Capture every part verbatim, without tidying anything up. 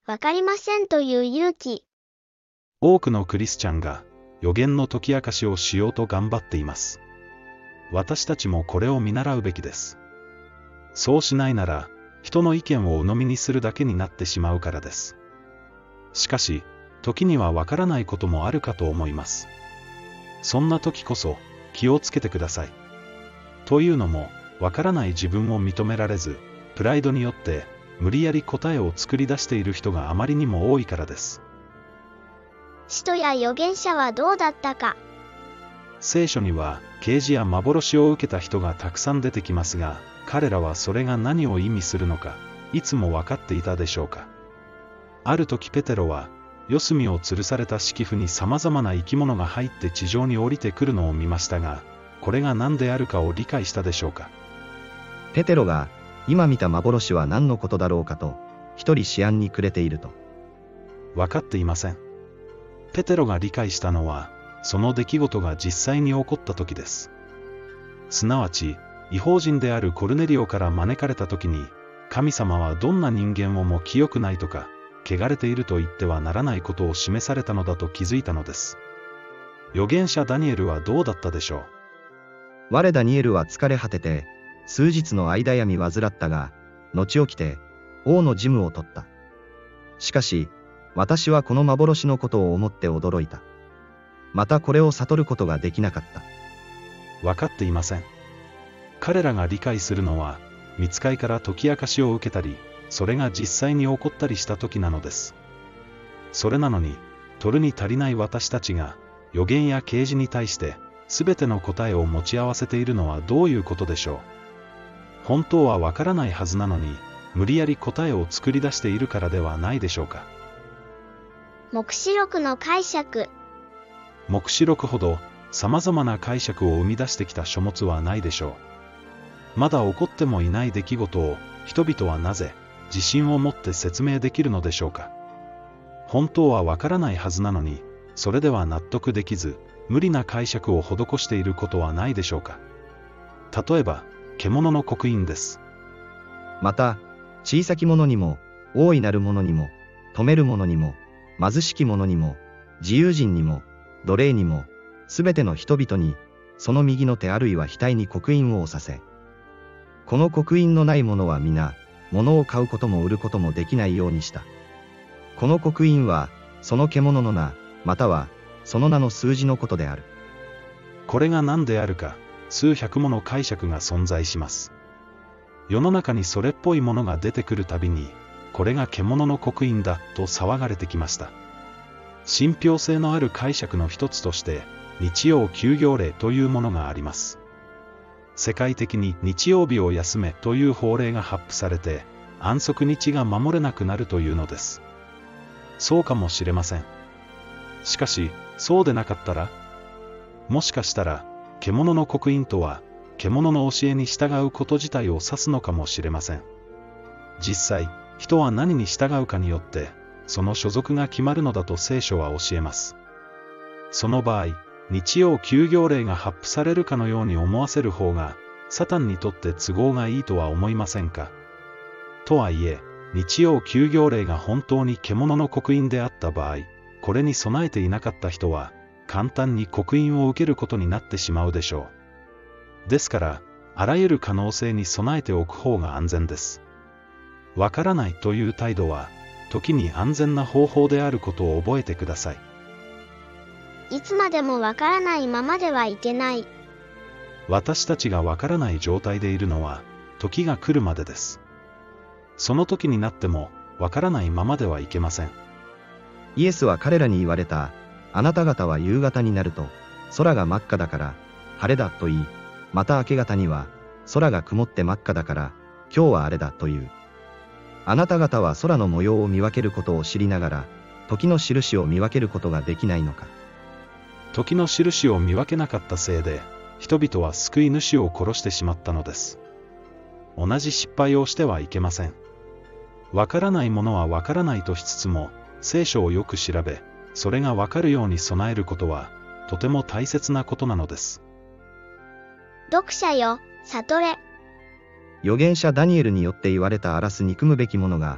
わかりませんという勇気。 多くのクリスチャンが預言の解き明かしをしようと頑張っています。私たちもこれを見習うべきです。そうしないなら、人の意見を鵜呑みにするだけになってしまうからです。しかし、時にはわからないこともあるかと思います。そんな時こそ気をつけてください。というのも、わからない自分を認められず、プライドによって無理やり答えを作り出している人があまりにも多いからです。 使徒や預言者はどうだったか。 聖書には啓示や幻を受けた人がたくさん出てきますが、彼らはそれが何を意味するのか、いつも分かっていたでしょうか。ある時ペテロは、四隅を吊るされた敷布に様々な生き物が入って地上に降りてくるのを見ましたが、これが何であるかを理解したでしょうか。 ペテロが、今見た幻は何のことだろうかと、一人思案に暮れていると。 分かっていません。ペテロが理解したのは、その出来事が実際に起こった時です。すなわち、異邦人であるコルネリオから招かれた時に、神様はどんな人間をも清くないとか、汚れていると言ってはならないことを示されたのだと気づいたのです。預言者ダニエルはどうだったでしょう。 我ダニエルは疲れ果てて、数日の間闇患ったが、後起きて、王の事務を取った。しかし、私はこの幻のことを思って驚いた。またこれを悟ることができなかった。 分かっていません。彼らが理解するのは、御使いから解き明かしを受けたり、それが実際に起こったりした時なのです。それなのに、取るに足りない私たちが、預言や啓示に対して、すべての答えを持ち合わせているのはどういうことでしょう。本当はわからないはずなのに、無理やり答えを作り出しているからではないでしょうか。 黙示録の解釈。 黙示録ほど様々な解釈を生み出してきた書物はないでしょう。まだ起こってもいない出来事を人々はなぜ自信を持って説明できるのでしょうか。本当はわからないはずなのに、それでは納得できず、無理な解釈を施していることはないでしょうか。例えば、獣の刻印です。 また、小さき者にも、大いなる者にも、富める者にも、貧しき者にも、自由人にも、奴隷にも、すべての人々に、その右の手あるいは額に刻印を押させ。この刻印のない者は皆、物を買うことも売ることもできないようにした。この刻印は、その獣の名、または、その名の数字のことである。 これが何であるか、数百もの解釈が存在します。世の中にそれっぽいものが出てくるたびに、これが獣の刻印だと騒がれてきました。信憑性のある解釈の一つとして、日曜休業令というものがあります。世界的に日曜日を休めという法令が発布されて、安息日が守れなくなるというのです。そうかもしれません。しかし、そうでなかったら、もしかしたら、獣の刻印とは、獣の教えに従うこと自体を指すのかもしれません。実際、人は何に従うかによって、その所属が決まるのだと聖書は教えます。その場合、日曜休業令が発布されるかのように思わせる方が、サタンにとって都合がいいとは思いませんか。とはいえ、日曜休業令が本当に獣の刻印であった場合、これに備えていなかった人は、簡単に刻印を受けることになってしまうでしょう。ですから、あらゆる可能性に備えておく方が安全です。わからないという態度は、時に安全な方法であることを覚えてください。 いつまでもわからないままではいけない。 私たちがわからない状態でいるのは、時が来るまでです。その時になっても、わからないままではいけません。 イエスは彼らに言われた。あなた方は夕方になると、空が真っ赤だから、晴れだと言い、また明け方には、空が曇って真っ赤だから、今日は荒れだという。あなた方は空の模様を見分けることを知りながら、時の印を見分けることができないのか。 時の印を見分けなかったせいで、人々は救い主を殺してしまったのです。同じ失敗をしてはいけません。わからないものはわからないとしつつも、聖書をよく調べ、それがわかるように備えることは、とても大切なことなのです。 読者よ、悟れ。 預言者ダニエルによって言われた荒らす憎むべきものが、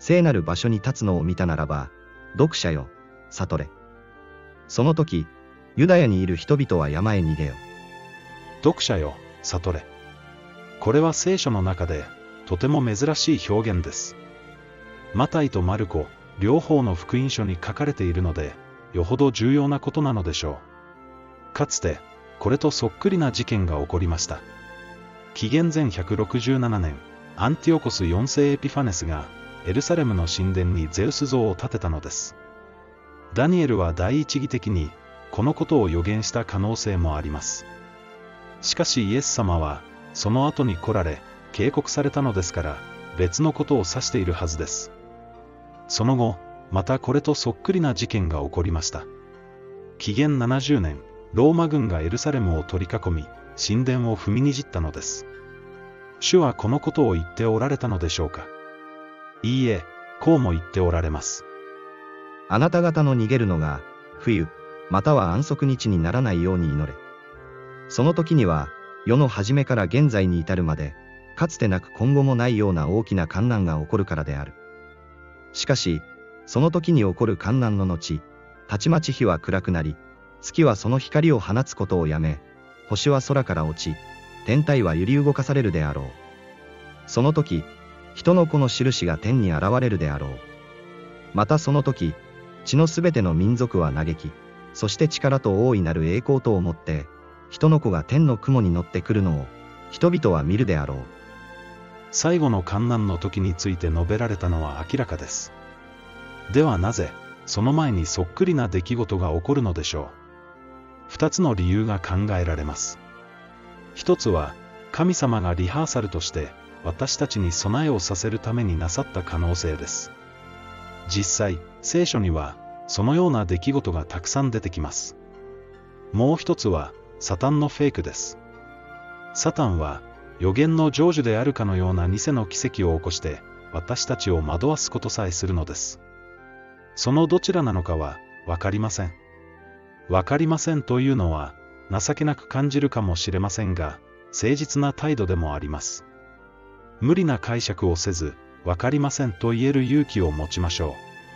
聖なる場所に立つのを見たならば、読者よ、悟れ。その時、ユダヤにいる人々は山へ逃げよ。 読者よ、悟れ。これは聖書の中で、とても珍しい表現です。マタイとマルコ、両方の福音書に書かれているので、よほど重要なことなのでしょう。かつて、これとそっくりな事件が起こりました。紀元前ひゃくろくじゅうななねん、アンティオコスよんせいエピファネスが、エルサレムの神殿にゼウス像を建てたのです。ダニエルは第一義的に、このことを予言した可能性もあります。しかしイエス様は、その後に来られ、警告されたのですから、別のことを指しているはずです。その後、またこれとそっくりな事件が起こりました。紀元ななじゅうねん、ローマ軍がエルサレムを取り囲み、神殿を踏みにじったのです。主はこのことを言っておられたのでしょうか。いいえ、こうも言っておられます。 あなた方の逃げるのが、冬、または安息日にならないように祈れ。その時には、世の初めから現在に至るまで、かつてなく今後もないような大きな患難が起こるからである。しかし、その時に起こる患難の後、たちまち日は暗くなり、月はその光を放つことをやめ、星は空から落ち、天体は揺り動かされるであろう。その時、人の子の印が天に現れるであろう。またその時、地のすべての民族は嘆き、そして力と大いなる栄光とをもって、人の子が天の雲に乗ってくるのを、人々は見るであろう。 最後の患難の時について述べられたのは明らかです。ではなぜ、その前にそっくりな出来事が起こるのでしょう。二つの理由が考えられます。一つは、神様がリハーサルとして、私たちに備えをさせるためになさった可能性です。実際、聖書には、そのような出来事がたくさん出てきます。もう一つは、サタンのフェイクです。サタンは、予言の成就であるかのような偽の奇跡を起こして、私たちを惑わすことさえするのです。そのどちらなのかは、わかりません。わかりませんというのは、情けなく感じるかもしれませんが、誠実な態度でもあります。無理な解釈をせず、わかりませんと言える勇気を持ちましょう。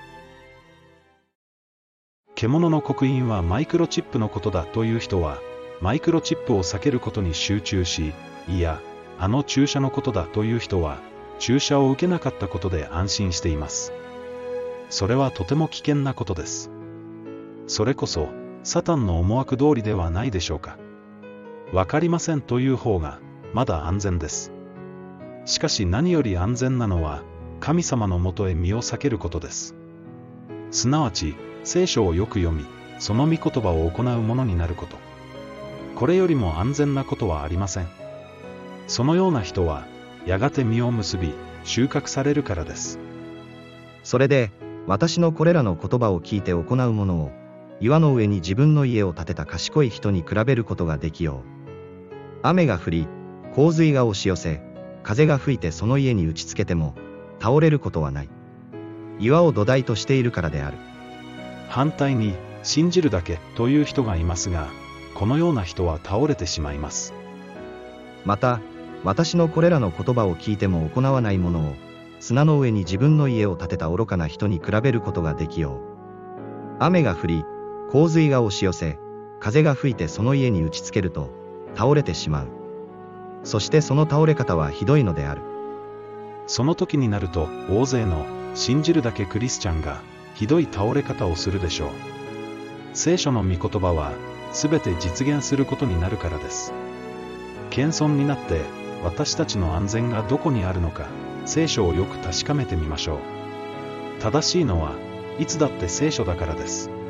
獣の刻印はマイクロチップのことだという人は、マイクロチップを避けることに集中し、いや、あの注射のことだという人は、注射を受けなかったことで安心しています。それはとても危険なことです。それこそ、サタンの思惑通りではないでしょうか。わかりませんという方が、まだ安全です。しかし何より安全なのは、神様のもとへ身を避けることです。すなわち、聖書をよく読み、その御言葉を行うものになること。これよりも安全なことはありません。そのような人は、やがて実を結び、収穫されるからです。 それで、私のこれらの言葉を聞いて行うものを、岩の上に自分の家を建てた賢い人に比べることができよう。雨が降り、洪水が押し寄せ、風が吹いてその家に打ちつけても、倒れることはない。岩を土台としているからである。 反対に、信じるだけという人がいますが、このような人は倒れてしまいます。 また、私のこれらの言葉を聞いても行わないものを、砂の上に自分の家を建てた愚かな人に比べることができよう。雨が降り、洪水が押し寄せ、風が吹いてその家に打ちつけると、倒れてしまう。そしてその倒れ方はひどいのである。 その時になると、大勢の信じるだけクリスチャンが、ひどい倒れ方をするでしょう。聖書の御言葉は、すべて実現することになるからです。謙遜になって、私たちの安全がどこにあるのか、聖書をよく確かめてみましょう。正しいのは、いつだって聖書だからです。